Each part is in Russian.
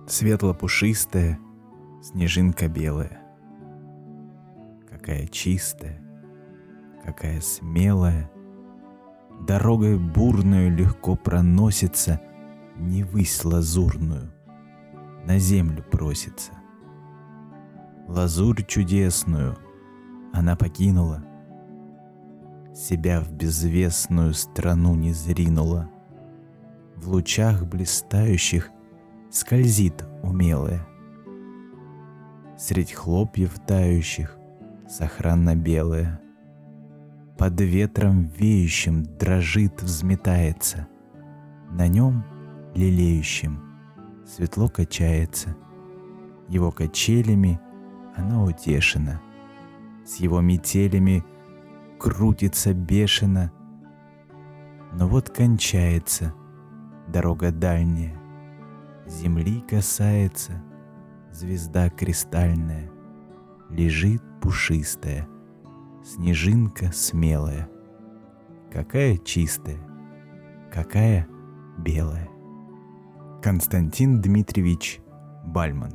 Светло-пушистая снежинка белая. Какая чистая, какая смелая, дорогой бурную легко проносится, не ввысь лазурную, на землю просится. Лазурь чудесную она покинула, себя в безвестную страну не зринула. В лучах блистающих скользит умелая, средь хлопьев тающих сохранно белая. Под ветром веющим дрожит, взметается, на нем лелеющим светло качается. Его качелями она утешена, с его метелями крутится бешено. Но вот кончается дорога дальняя, земли касается звезда кристальная, лежит пушистая снежинка смелая. Какая чистая, какая белая. Константин Дмитриевич Бальмонт.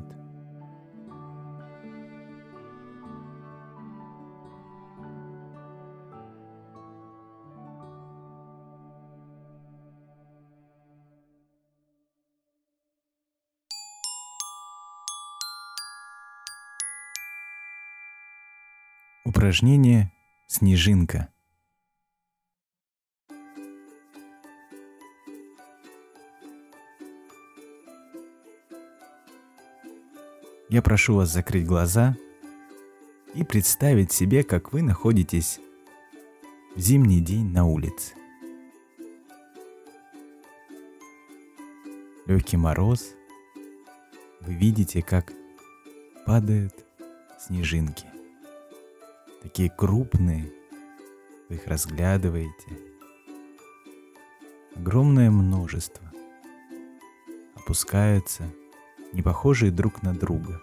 Упражнение «Снежинка». Я прошу вас закрыть глаза и представить себе, как вы находитесь в зимний день на улице. Легкий мороз, вы видите, как падают снежинки. Такие крупные, вы их разглядываете. Огромное множество. Опускаются, не похожие друг на друга.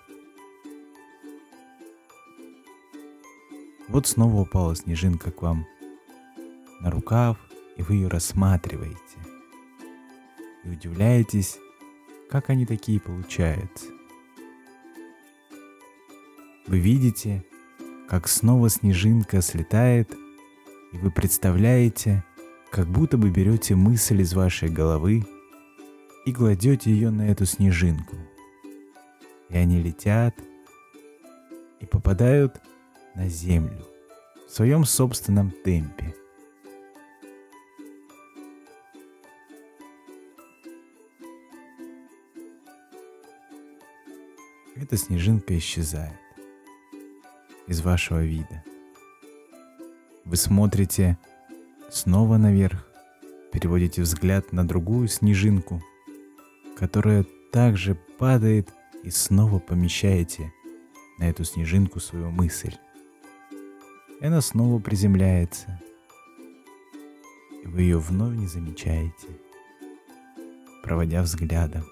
Вот снова упала снежинка к вам на рукав, и вы ее рассматриваете. И удивляетесь, как они такие получаются. Вы видите, как снова снежинка слетает, и вы представляете, как будто бы берете мысль из вашей головы и кладете ее на эту снежинку. И они летят и попадают на землю в своем собственном темпе. Эта снежинка исчезает из вашего вида. Вы смотрите снова наверх, переводите взгляд на другую снежинку, которая также падает, и снова помещаете на эту снежинку свою мысль. И она снова приземляется, и вы ее вновь не замечаете, проводя взглядом.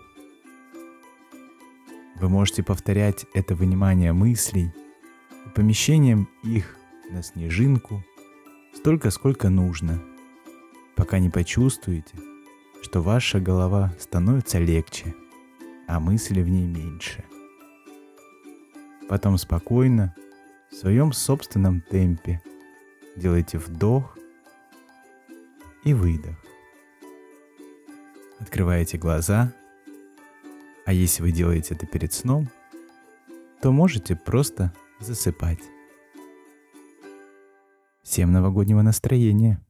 Вы можете повторять это вынимание мыслей и помещением их на снежинку столько, сколько нужно, пока не почувствуете, что ваша голова становится легче, а мысли в ней меньше. Потом спокойно, в своем собственном темпе делайте вдох и выдох. Открываете глаза, а если вы делаете это перед сном, то можете просто засыпать. Всем новогоднего настроения!